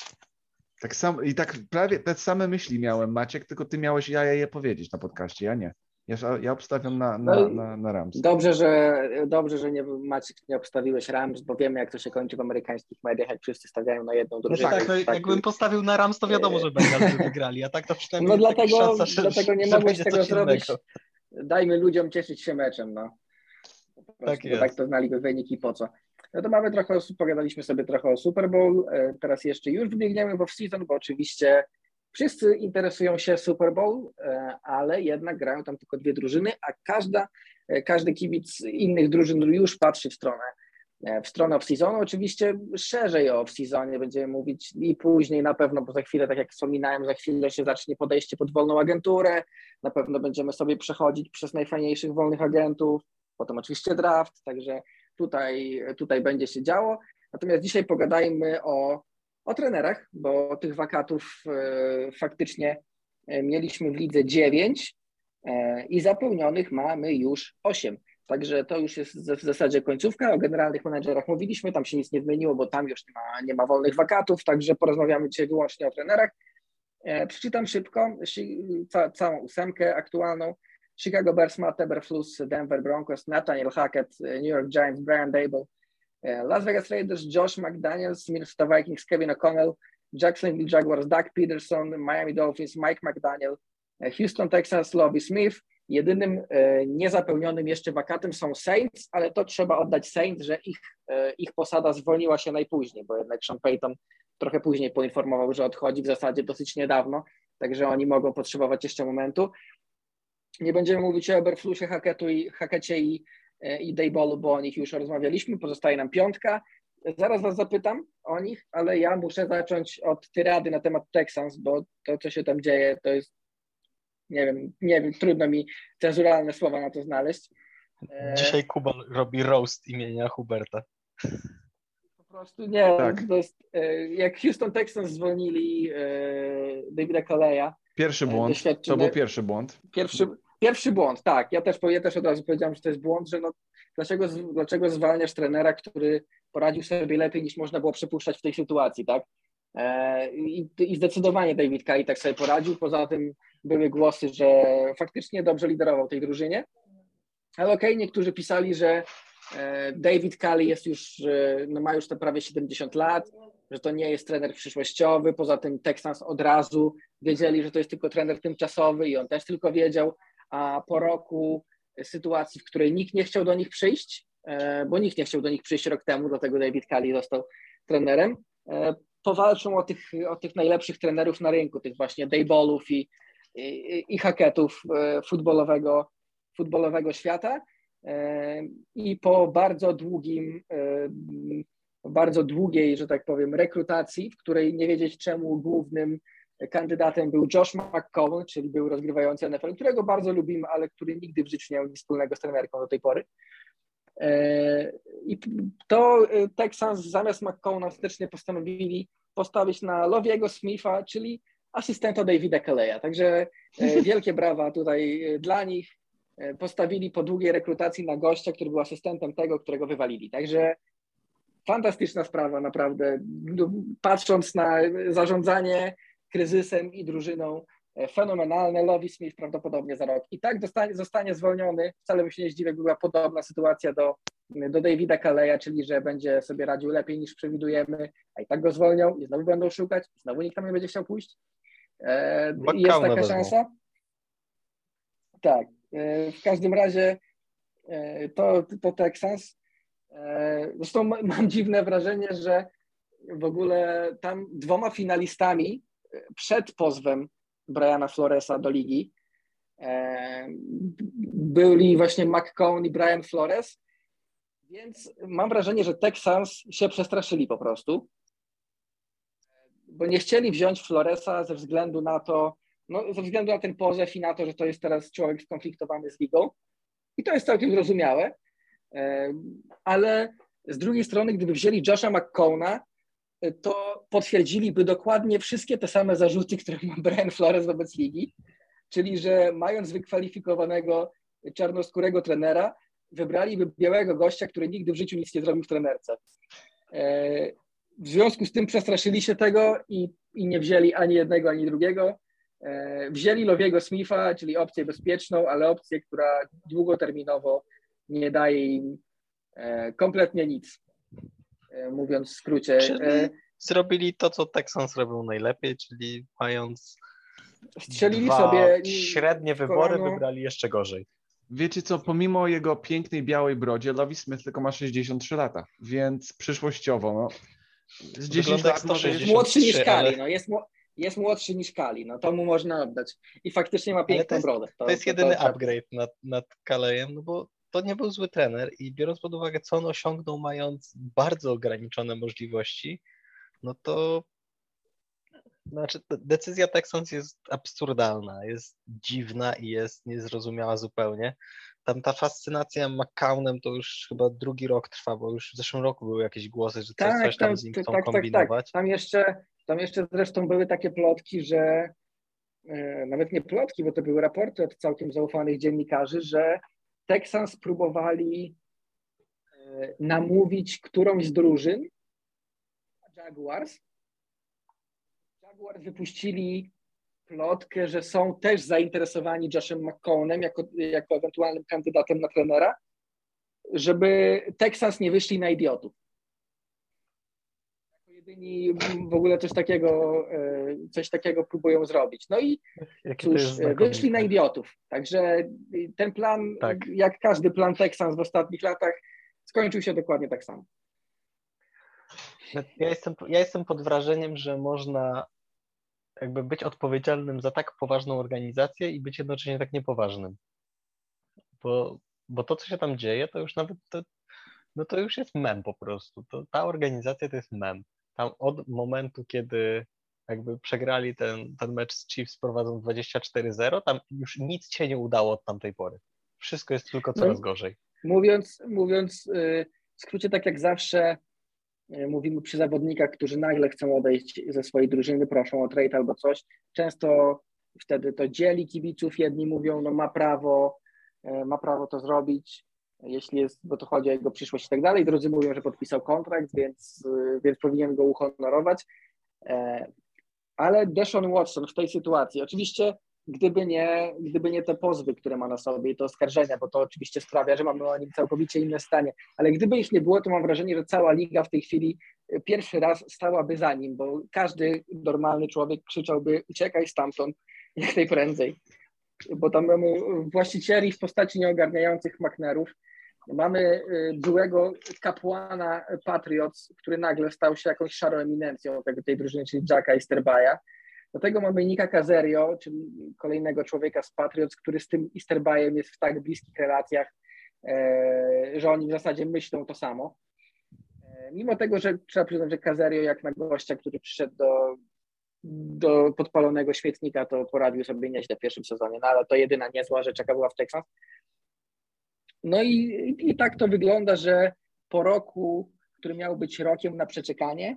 Tak sam, i tak prawie te same myśli miałem, Maciek, tylko ty miałeś ja je powiedzieć na podcaście, ja nie. Ja, ja obstawiam na, na, No na, na Rams. Dobrze, że, dobrze, że nie, Maciek, nie obstawiłeś Rams, bo wiemy, jak to się kończy w amerykańskich mediach, jak wszyscy stawiają na jedną No drużynę. tak, no, tak, jakbym postawił na Rams, to wiadomo, że Bengals by wygrali, a tak to przynajmniej No jest dlatego, szansa, że, dlatego nie że mogłeś będzie tego coś zrobić. innego. Dajmy ludziom cieszyć się meczem, no. Po prostu, Tak bo jest. tak to znaliby wyniki, po co. No to mamy trochę, pogadaliśmy sobie trochę o Super Bowl, teraz jeszcze już wybiegniemy w off-season, bo oczywiście wszyscy interesują się Super Bowl, ale jednak grają tam tylko dwie drużyny, a każda, każdy kibic innych drużyn już patrzy w stronę w stronę off-seasonu. Oczywiście szerzej o off-seasonie będziemy mówić i później na pewno, bo za chwilę, tak jak wspominałem, za chwilę się zacznie podejście pod wolną agenturę, na pewno będziemy sobie przechodzić przez najfajniejszych wolnych agentów, potem oczywiście draft, także tutaj, tutaj będzie się działo. Natomiast dzisiaj pogadajmy o, o trenerach, bo tych wakatów e, faktycznie mieliśmy w lidze dziewięć e, i zapełnionych mamy już osiem. Także to już jest w zasadzie końcówka. O generalnych menedżerach mówiliśmy, tam się nic nie zmieniło, bo tam już nie ma, nie ma wolnych wakatów, także porozmawiamy dzisiaj wyłącznie o trenerach. E, przeczytam szybko ca, całą ósemkę aktualną. Chicago Bears, Matt Eberflus, Denver Broncos, Nathaniel Hackett, New York Giants, Brian Daboll, Las Vegas Raiders, Josh McDaniels, Minnesota Vikings, Kevin O'Connell, Jacksonville Jaguars, Doug Peterson, Miami Dolphins, Mike McDaniel, Houston Texans, Lovie Smith. Jedynym e, niezapełnionym jeszcze wakatem są Saints, ale to trzeba oddać Saints, że ich, e, ich posada zwolniła się najpóźniej, bo jednak Sean Payton trochę później poinformował, że odchodzi w zasadzie dosyć niedawno, także oni mogą potrzebować jeszcze momentu. Nie będziemy mówić o Eberflusie, Hackettu i, Hacketcie i, i Dabollu, bo o nich już rozmawialiśmy, pozostaje nam piątka. Zaraz was zapytam o nich, ale ja muszę zacząć od tyrady na temat Texans, bo to, co się tam dzieje, to jest Nie wiem, nie wiem, trudno mi cenzuralne słowa na to znaleźć. Dzisiaj Kuba robi roast imienia Huberta. Po prostu nie, tak. To jest, jak Houston Texans zwolnili Davida Calleya. Pierwszy błąd, to był pierwszy błąd. Pierwszy, pierwszy błąd, tak. Ja też, ja też od razu powiedziałem, że to jest błąd, że no, dlaczego, dlaczego zwalniasz trenera, który poradził sobie lepiej niż można było przypuszczać w tej sytuacji, tak? I, i zdecydowanie David Culley tak sobie poradził. Poza tym były głosy, że faktycznie dobrze liderował tej drużynie. Ale okej, okay, niektórzy pisali, że David Culley jest już, no ma już te prawie siedemdziesiąt lat, że to nie jest trener przyszłościowy. Poza tym Texans od razu wiedzieli, że to jest tylko trener tymczasowy i on też tylko wiedział, a po roku sytuacji, w której nikt nie chciał do nich przyjść, bo nikt nie chciał do nich przyjść rok temu, dlatego David Culley został trenerem, powalczą o tych, o tych najlepszych trenerów na rynku, tych właśnie Dabollów i, i, i Hackettów futbolowego, futbolowego świata. I po bardzo długim, bardzo długiej, że tak powiem, rekrutacji, w której nie wiedzieć czemu głównym kandydatem był Josh McCown, czyli był rozgrywający N F L, którego bardzo lubimy, ale który nigdy w życiu nie miał nic wspólnego z trenerką do tej pory. I to Texans zamiast McCowna ostatecznie postanowili postawić na Loviego Smitha, czyli asystenta Davida Calleya. Także wielkie brawa tutaj dla nich. Postawili po długiej rekrutacji na gościa, który był asystentem tego, którego wywalili. Także fantastyczna sprawa, naprawdę. Patrząc na zarządzanie kryzysem i drużyną, fenomenalne. Lovie Smith prawdopodobnie za rok i tak dostanie, zostanie zwolniony. Wcale bym się nie zdziwił, była podobna sytuacja do, do Davida Caleya, czyli że będzie sobie radził lepiej niż przewidujemy, a i tak go zwolnią i znowu będą szukać, znowu nikt tam nie będzie chciał pójść. E, jest taka szansa. Tak. E, w każdym razie e, to, to Texans. E, zresztą mam dziwne wrażenie, że w ogóle tam dwoma finalistami przed pozwem Briana Floresa do ligi e, byli właśnie McCown i Brian Flores, więc mam wrażenie, że Texans się przestraszyli po prostu, bo nie chcieli wziąć Floresa ze względu na to, no, ze względu na ten pozew i na to, że to jest teraz człowiek skonfliktowany z ligą i to jest całkiem zrozumiałe, e, ale z drugiej strony, gdyby wzięli Josha McCowna, to potwierdziliby dokładnie wszystkie te same zarzuty, które ma Brian Flores wobec ligi, czyli że mając wykwalifikowanego czarnoskórego trenera, wybraliby białego gościa, który nigdy w życiu nic nie zrobił w trenerce. W związku z tym przestraszyli się tego i, i nie wzięli ani jednego, ani drugiego. Wzięli Loviego Smitha, czyli opcję bezpieczną, ale opcję, która długoterminowo nie daje im kompletnie nic. Mówiąc w skrócie. Czyli zrobili to, co Texans robił najlepiej, czyli mając strzelili dwa sobie średnie wybory, wybrali jeszcze gorzej. Wiecie co, pomimo jego pięknej białej brodzie, Lovie Smith tylko ma sześćdziesiąt trzy lata, więc przyszłościowo, no, z dziesięć lat może jest młodszy niż Kali, ale... no, jest, jest młodszy niż Kali, no to mu można oddać. I faktycznie ma piękną to jest, brodę. To, to jest to, jedyny to, upgrade nad, nad Kaleyem, no bo to nie był zły trener i biorąc pod uwagę, co on osiągnął, mając bardzo ograniczone możliwości, no to znaczy decyzja Texans jest absurdalna, jest dziwna i jest niezrozumiała zupełnie. Tam ta fascynacja McCownem to już chyba drugi rok trwa, bo już w zeszłym roku były jakieś głosy, że coś, tak, coś tam tam, z nim tak, chcą tak, kombinować. Tak, tak. Tam jeszcze, tam jeszcze zresztą były takie plotki, że e, nawet nie plotki, bo to były raporty od całkiem zaufanych dziennikarzy, że Texans próbowali e, namówić którąś z drużyn, Jaguars. Jaguars wypuścili plotkę, że są też zainteresowani Joshem McCownem jako, jako ewentualnym kandydatem na trenera, żeby Texans nie wyszli na idiotów. Jako jedyni w ogóle coś takiego, coś takiego próbują zrobić. No i Jakie cóż, wyszli na idiotów. Także ten plan, tak. Jak każdy plan Texans w ostatnich latach, skończył się dokładnie tak samo. Ja jestem, ja jestem pod wrażeniem, że można jakby być odpowiedzialnym za tak poważną organizację i być jednocześnie tak niepoważnym. Bo, bo to, co się tam dzieje, to już nawet to, no to już jest mem po prostu. To, ta organizacja to jest mem. Tam od momentu, kiedy jakby przegrali ten, ten mecz z Chiefs, prowadzą dwadzieścia cztery zero, tam już nic się nie udało od tamtej pory. Wszystko jest tylko coraz no, gorzej. Mówiąc, mówiąc w skrócie, tak jak zawsze mówimy przy zawodnikach, którzy nagle chcą odejść ze swojej drużyny, proszą o trade albo coś. Często wtedy to dzieli kibiców. Jedni mówią, no ma prawo, ma prawo to zrobić, jeśli jest, bo to chodzi o jego przyszłość i tak dalej. Drudzy mówią, że podpisał kontrakt, więc, więc powinien go uhonorować. Ale Deshaun Watson w tej sytuacji, oczywiście gdyby nie, gdyby nie te pozwy, które ma na sobie i te oskarżenia, bo to oczywiście sprawia, że mamy o nim całkowicie inne stanie, ale gdyby ich nie było, to mam wrażenie, że cała liga w tej chwili pierwszy raz stałaby za nim, bo każdy normalny człowiek krzyczałby: uciekaj stamtąd jak najprędzej, bo tam mamy właścicieli w postaci nieogarniających McNairów, mamy byłego kapłana Patriots, który nagle stał się jakąś szarą eminencją tego, tej drużyny, czyli Jacka Easterby'a. Do tego mamy Nicka Caserio, czyli kolejnego człowieka z Patriots, który z tym Easterby'em jest w tak bliskich relacjach, że oni w zasadzie myślą to samo. Mimo tego, że trzeba przyznać, że Caserio jak na gościa, który przyszedł do, do podpalonego świetnika, to poradził sobie nieźle w pierwszym sezonie, no ale to jedyna niezła rzecz, jaka była w Texans. No i, i tak to wygląda, że po roku, który miał być rokiem na przeczekanie,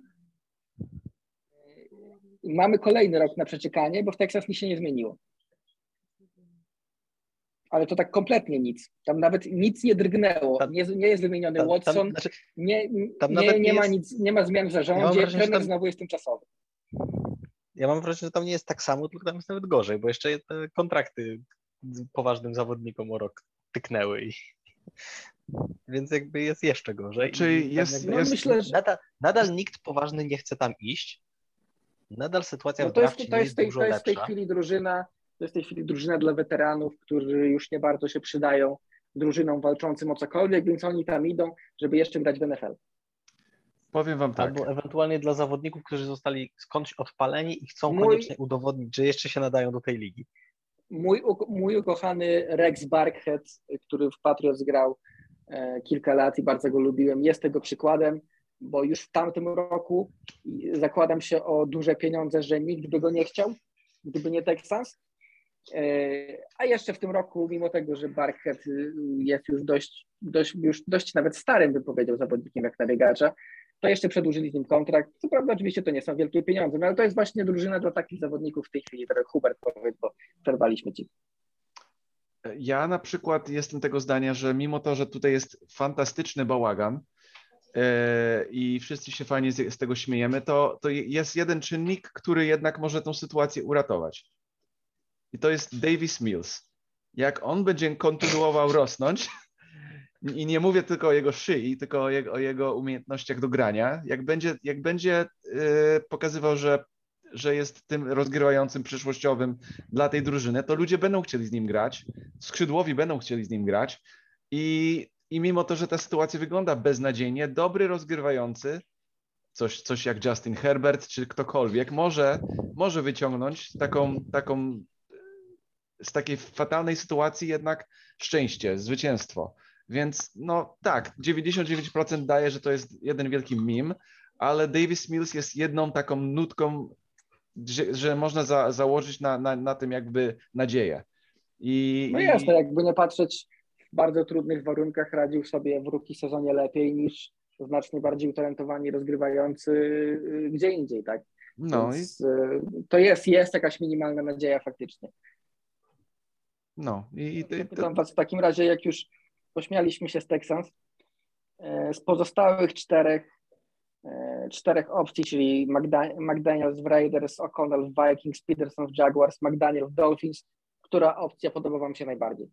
mamy kolejny rok na przeczekanie, bo w Texas nic się nie zmieniło. ale to tak kompletnie nic. Tam nawet nic nie drgnęło. Tam, nie, nie jest wymieniony tam, Watson, tam, znaczy, nie, tam nie, nawet nie, nie ma jest... nic, nie ma zmian w Ja mam zarządzie, wrażenie, że trener tam- znowu jest tymczasowy. Ja mam wrażenie, że tam nie jest tak samo, tylko tam jest nawet gorzej, bo jeszcze te kontrakty poważnym zawodnikom o rok tyknęły i więc jakby jest jeszcze gorzej. Czyli I tam jest- jakby No jest- myślę, że nadal, nadal nikt poważny nie chce tam iść. Nadal sytuacja no w to jest, drafcie to nie jest, jest tej, dużo to jest w tej lepsza. chwili drużyna, to jest w tej chwili drużyna dla weteranów, którzy już nie bardzo się przydają drużynom walczącym o cokolwiek, więc oni tam idą, żeby jeszcze grać w N F L. Powiem wam tak. Albo ewentualnie dla zawodników, którzy zostali skądś odpaleni i chcą Mój- koniecznie udowodnić, że jeszcze się nadają do tej ligi. Mój, uko- mój ukochany Rex Burkhead, który w Patriots grał e, kilka lat i bardzo go lubiłem, jest tego przykładem, bo już w tamtym roku i zakładam się o duże pieniądze, że nikt by go nie chciał, gdyby nie Texans. E, a jeszcze w tym roku, mimo tego, że Burkhead y, jest już dość, dość, już dość nawet starym, bym powiedział, zawodnikiem jak na biegacza, to jeszcze przedłużyli z nim kontrakt. Co prawda oczywiście to nie są wielkie pieniądze, no ale to jest właśnie drużyna dla takich zawodników w tej chwili. Teraz Hubert powiedz, bo przerwaliśmy ci. Ja na przykład jestem tego zdania, że mimo to, że tutaj jest fantastyczny bałagan e, i wszyscy się fajnie z, z tego śmiejemy, to, to jest jeden czynnik, który jednak może tą sytuację uratować. I to jest Davis Mills. Jak on będzie kontynuował rosnąć, i nie mówię tylko o jego szyi, tylko o jego, o jego umiejętnościach do grania, jak będzie, jak będzie e, pokazywał, że że jest tym rozgrywającym przyszłościowym dla tej drużyny, to ludzie będą chcieli z nim grać, skrzydłowi będą chcieli z nim grać i, i mimo to, że ta sytuacja wygląda beznadziejnie, dobry rozgrywający, coś, coś jak Justin Herbert czy ktokolwiek, może, może wyciągnąć taką, taką z takiej fatalnej sytuacji jednak szczęście, zwycięstwo. Więc no tak, dziewięćdziesiąt dziewięć procent daje, że to jest jeden wielki meme, ale Davis Mills jest jedną taką nutką, że, że można za, założyć na, na, na tym jakby nadzieję. I, No i- jasne, jakby nie patrzeć, w bardzo trudnych warunkach radził sobie w rookie sezonie lepiej niż znacznie bardziej utalentowani rozgrywający y, gdzie indziej, tak? No, Więc y, to jest, jest jakaś minimalna nadzieja faktycznie. no i, i to, to, Pytam was w takim razie, jak już pośmialiśmy się z Texans, y, z pozostałych czterech y, czterech opcji, czyli McDa- McDaniels w Raiders, O'Connell w Vikings, Peterson w Jaguars, McDaniel w Dolphins, która opcja podoba wam się najbardziej?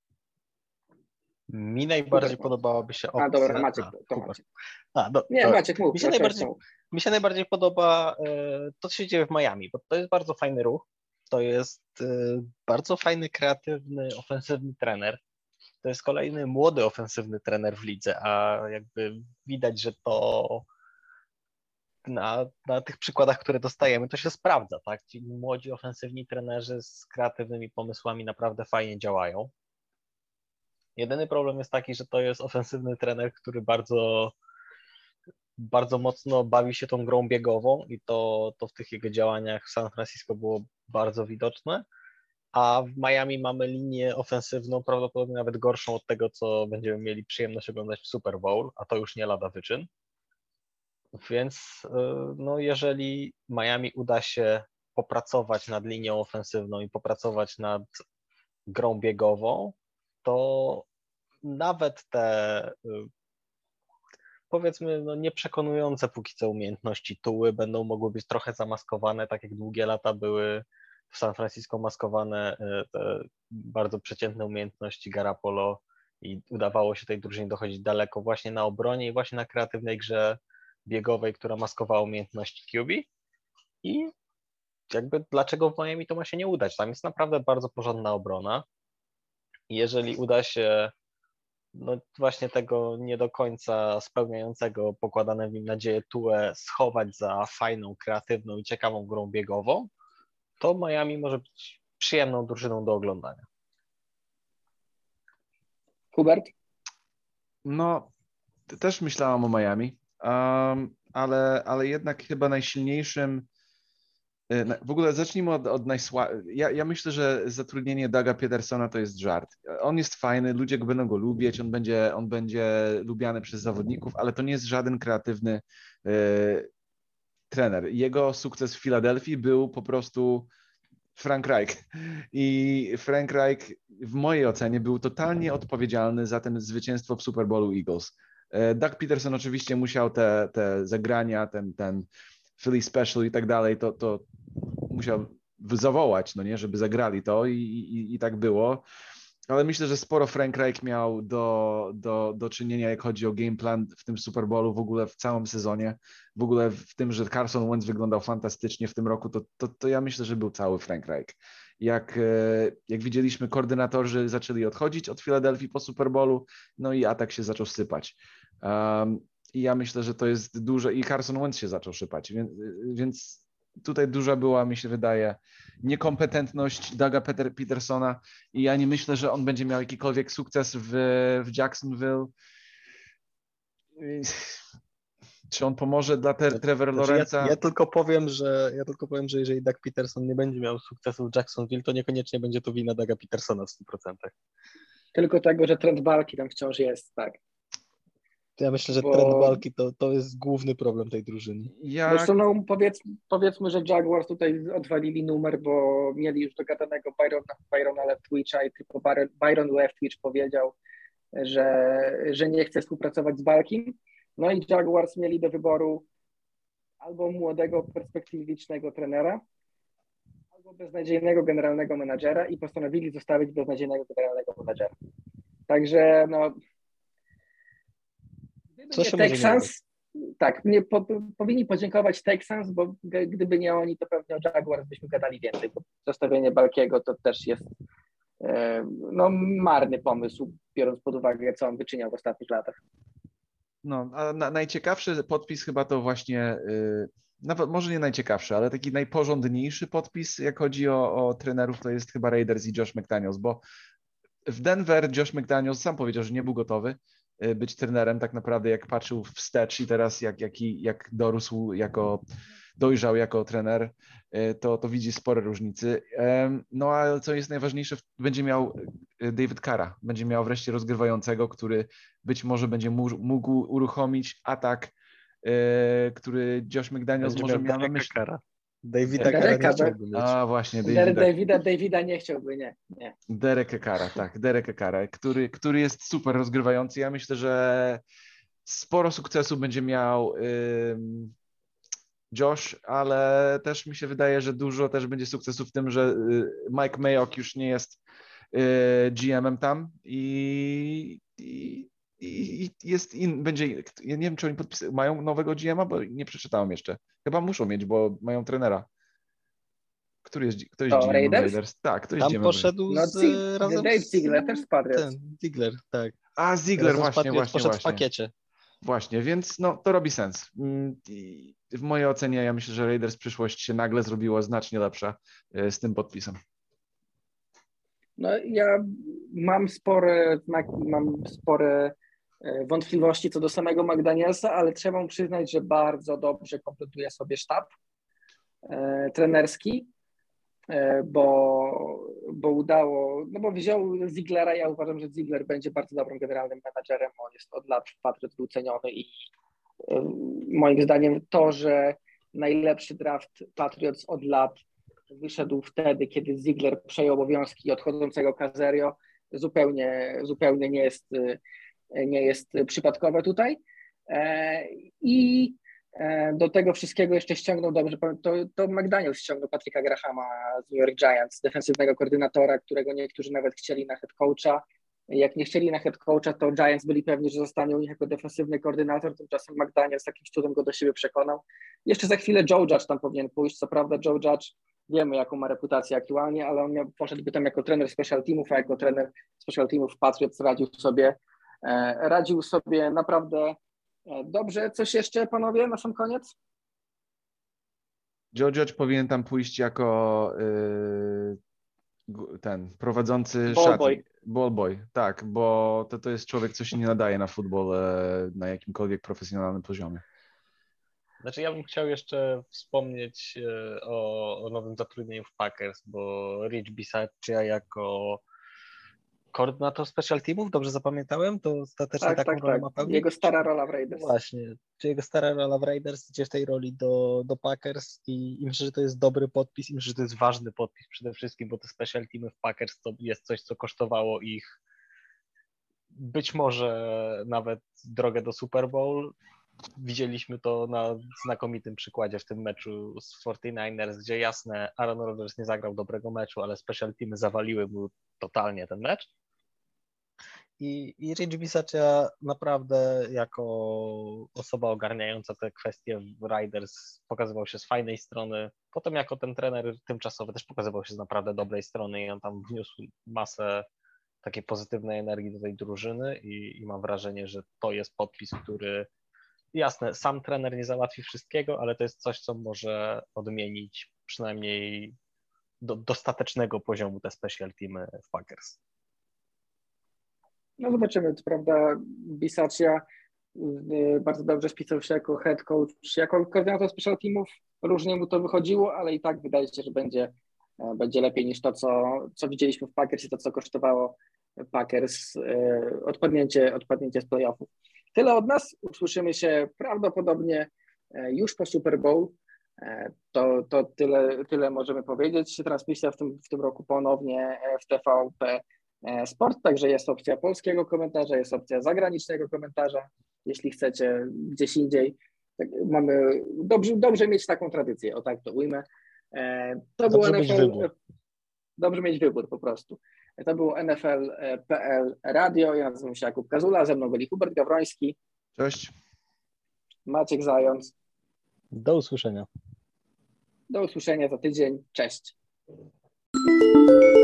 Mi najbardziej Hubert. podobałaby się opcja... A dobra, Maciek, A, to, to Hubert. Maciek. A, do, Nie, dobra. Maciek, mów. Mi się, ja najbardziej, mów. mi się najbardziej podoba e, to, co się dzieje w Miami, bo to jest bardzo fajny ruch. To jest e, bardzo fajny, kreatywny, ofensywny trener. To jest kolejny młody, ofensywny trener w lidze, a jakby widać, że to na, na tych przykładach, które dostajemy, to się sprawdza, tak? Ci młodzi, ofensywni trenerzy z kreatywnymi pomysłami naprawdę fajnie działają. Jedyny problem jest taki, że to jest ofensywny trener, który bardzo, bardzo mocno bawi się tą grą biegową i to, to w tych jego działaniach w San Francisco było bardzo widoczne, a w Miami mamy linię ofensywną prawdopodobnie nawet gorszą od tego, co będziemy mieli przyjemność oglądać w Super Bowl, a to już nie lada wyczyn. Więc no, jeżeli Miami uda się popracować nad linią ofensywną i popracować nad grą biegową, to nawet te powiedzmy no, nieprzekonujące póki co umiejętności Tuły będą mogły być trochę zamaskowane, tak jak długie lata były w San Francisco maskowane te bardzo przeciętne umiejętności Garoppolo i udawało się tej drużynie dochodzić daleko właśnie na obronie i właśnie na kreatywnej grze biegowej, która maskowała umiejętności Q B i jakby dlaczego w Miami to ma się nie udać? Tam jest naprawdę bardzo porządna obrona i jeżeli uda się no właśnie tego nie do końca spełniającego pokładane w nim nadzieję Tułę schować za fajną, kreatywną i ciekawą grą biegową, to Miami może być przyjemną drużyną do oglądania. Hubert? no też myślałam o Miami, um, ale, ale jednak chyba najsilniejszym. W ogóle zacznijmy od, od najsłabszego. Ja, ja myślę, że zatrudnienie Douga Petersona to jest żart. On jest fajny, ludzie go będą go lubić, on będzie, on będzie lubiany przez zawodników, ale to nie jest żaden kreatywny y, trener. Jego sukces w Filadelfii był po prostu Frank Reich. I Frank Reich w mojej ocenie był totalnie odpowiedzialny za ten zwycięstwo w Super Bowlu Eagles. Doug Peterson oczywiście musiał te, te zagrania, ten, ten Philly Special i tak dalej, to, to musiał zawołać, no nie, żeby zagrali to i, i, i tak było. Ale myślę, że sporo Frank Reich miał do, do, do czynienia, jak chodzi o game plan w tym Super Bowlu, w ogóle w całym sezonie, w ogóle w tym, że Carson Wentz wyglądał fantastycznie w tym roku, to, to, to ja myślę, że był cały Frank Reich. Jak, jak widzieliśmy, koordynatorzy zaczęli odchodzić od Filadelfii po Super Bowlu, no i atak się zaczął sypać. Um, I ja myślę, że to jest duże, i Carson Wentz się zaczął sypać, więc, więc tutaj duża była, mi się wydaje, niekompetentność Douga Peter, Petersona i ja nie myślę, że on będzie miał jakikolwiek sukces w, w Jacksonville. Czy on pomoże dla Ter- Trevor Znaczy, Lawrence'a? ja, ja tylko powiem, że ja tylko powiem, że jeżeli Doug Peterson nie będzie miał sukcesu w Jacksonville, to niekoniecznie będzie to wina Douga Petersona w stu procentach. Tylko tego, że trend walki tam wciąż jest, tak. Ja myślę, że Bo- trend walki to, to jest główny problem tej drużyny. Jak... Zresztą no, powiedz, powiedzmy, że Jaguars tutaj odwalili numer, bo mieli już dogadanego Byrona, Byrona Leftwicha i tylko Byron, Byron Leftwich powiedział, że, że nie chce współpracować z Balkim. No i Jaguars mieli do wyboru albo młodego, perspektywicznego trenera, albo beznadziejnego generalnego menadżera i postanowili zostawić beznadziejnego generalnego menadżera. Także no... Gdyby Co nie się może nie Texans, tak, nie, po, powinni podziękować Texans, bo g- gdyby nie oni, to pewnie o Jaguars byśmy gadali więcej, bo zostawienie Balkiego to też jest e, no, marny pomysł, biorąc pod uwagę, co on wyczyniał w ostatnich latach. No, a na, najciekawszy podpis chyba to właśnie, yy, nawet może nie najciekawszy, ale taki najporządniejszy podpis, jak chodzi o, o trenerów, to jest chyba Raiders i Josh McDaniels, bo w Denver Josh McDaniels sam powiedział, że nie był gotowy yy, być trenerem, tak naprawdę jak patrzył wstecz i teraz jak, jak, jak dorósł, jako dojrzał jako trener, yy, to, to widzi spore różnicy. Yy, no ale co jest najważniejsze, będzie miał David Carra, będzie miał wreszcie rozgrywającego, który być może będzie mógł uruchomić atak, yy, który Josh McDaniels Będzie może miał miał na Dereka myśli. Carra. Davida Dereka, Carra nie tak? chciałby mieć. A właśnie, Der, Davida, Davida, Davida nie chciałby, nie. nie. Derek Carra, tak, Derek Carra, który, który jest super rozgrywający. Ja myślę, że sporo sukcesu będzie miał yy, Josh, ale też mi się wydaje, że dużo też będzie sukcesu w tym, że yy, Mike Mayock już nie jest yy, G M-em tam i, i, i jest in, będzie, ja nie wiem, czy oni podpis- mają nowego G M-a, bo nie przeczytałem jeszcze. Chyba muszą mieć, bo mają trenera. Który jest, kto jest To G M-em Raiders? Raiders? Tak, kto jest Tam G M-em poszedł No, z, Zig- razem Dave z... Ziegler też z Patriots. Ten, Ziegler, tak. A, Ziegler, Razem z właśnie, Patriots właśnie, poszedł właśnie. w pakiecie. Właśnie, więc no, to robi sens. Mm, I w mojej ocenie ja myślę, że Raiders przyszłość się nagle zrobiła znacznie lepsza e, z tym podpisem. No ja mam spore, mam spore e, wątpliwości co do samego McDanielsa, ale trzeba mu przyznać, że bardzo dobrze kompletuje sobie sztab e, trenerski, e, bo, bo udało, no bo wziął Zieglera, ja uważam, że Ziegler będzie bardzo dobrym generalnym menadżerem, on jest od lat w Patriots był ceniony i e, moim zdaniem to, że najlepszy draft Patriots od lat wyszedł wtedy, kiedy Ziegler przejął obowiązki odchodzącego Caserio, zupełnie, zupełnie nie jest, nie jest przypadkowe tutaj. I do tego wszystkiego jeszcze ściągnął dobrze, to, to McDaniel ściągnął Patricka Grahama z New York Giants, defensywnego koordynatora, którego niektórzy nawet chcieli na head coacha. Jak nie chcieli na head coacha, to Giants byli pewni, że zostanie u nich jako defensywny koordynator, tymczasem McDaniel z takim cudem go do siebie przekonał. Jeszcze za chwilę Joe Judge tam powinien pójść, co prawda Joe Judge wiemy, jaką ma reputację aktualnie, ale on miał, poszedłby tam jako trener special teamów, a jako trener special teamów Patriots radził sobie, e, radził sobie naprawdę e, dobrze. Coś jeszcze, panowie, na sam koniec? Joe Judge powinien tam pójść jako y, ten prowadzący szatni. Ballboy, tak, bo to, to jest człowiek, co się nie nadaje na futbol e, na jakimkolwiek profesjonalnym poziomie. Znaczy ja bym chciał jeszcze wspomnieć o, o nowym zatrudnieniu w Packers, bo Rich Bisaccia jako koordynator special teamów, dobrze zapamiętałem? To ostatecznie Tak, taką tak, rolę tak. ma pełnić? Jego stara rola w Raiders. Właśnie, czy jego stara rola w Raiders idzie w tej roli do, do Packers i, i myślę, że to jest dobry podpis i myślę, że to jest ważny podpis przede wszystkim, bo te special teamy w Packers to jest coś, co kosztowało ich być może nawet drogę do Super Bowl. Widzieliśmy to na znakomitym przykładzie w tym meczu z czterdziestym dziewięć, gdzie jasne, Aaron Rodgers nie zagrał dobrego meczu, ale special teamy zawaliły mu totalnie ten mecz. I, i Rich Bisaccia naprawdę jako osoba ogarniająca te kwestie w Raiders pokazywał się z fajnej strony. Potem jako ten trener tymczasowy też pokazywał się z naprawdę dobrej strony i on tam wniósł masę takiej pozytywnej energii do tej drużyny i, i mam wrażenie, że to jest podpis, który jasne, sam trener nie załatwi wszystkiego, ale to jest coś, co może odmienić przynajmniej do dostatecznego poziomu te special teamy w Packers. No zobaczymy, co prawda Bisaccia bardzo dobrze spisał się jako head coach, jako koordynator special teamów, różnie mu to wychodziło, ale i tak wydaje się, że będzie, będzie lepiej niż to, co, co widzieliśmy w Packers i to, co kosztowało Packers odpadnięcie, odpadnięcie z playoffów. Tyle od nas, usłyszymy się prawdopodobnie już po Super Bowl. To, to tyle, tyle możemy powiedzieć. Transmisja w tym, w tym roku ponownie w T V P Sport, także jest opcja polskiego komentarza, jest opcja zagranicznego komentarza, jeśli chcecie gdzieś indziej. Tak, mamy dobrze, dobrze mieć taką tradycję, o tak to ujmę. To dobrze było mieć N F L, wybór. Dobrze mieć wybór po prostu. To było N F L kropka P L Radio, ja nazywam się Jakub Kazula, ze mną byli Hubert Gawroński. Cześć. Maciek Zając. Do usłyszenia. Do usłyszenia za tydzień. Cześć.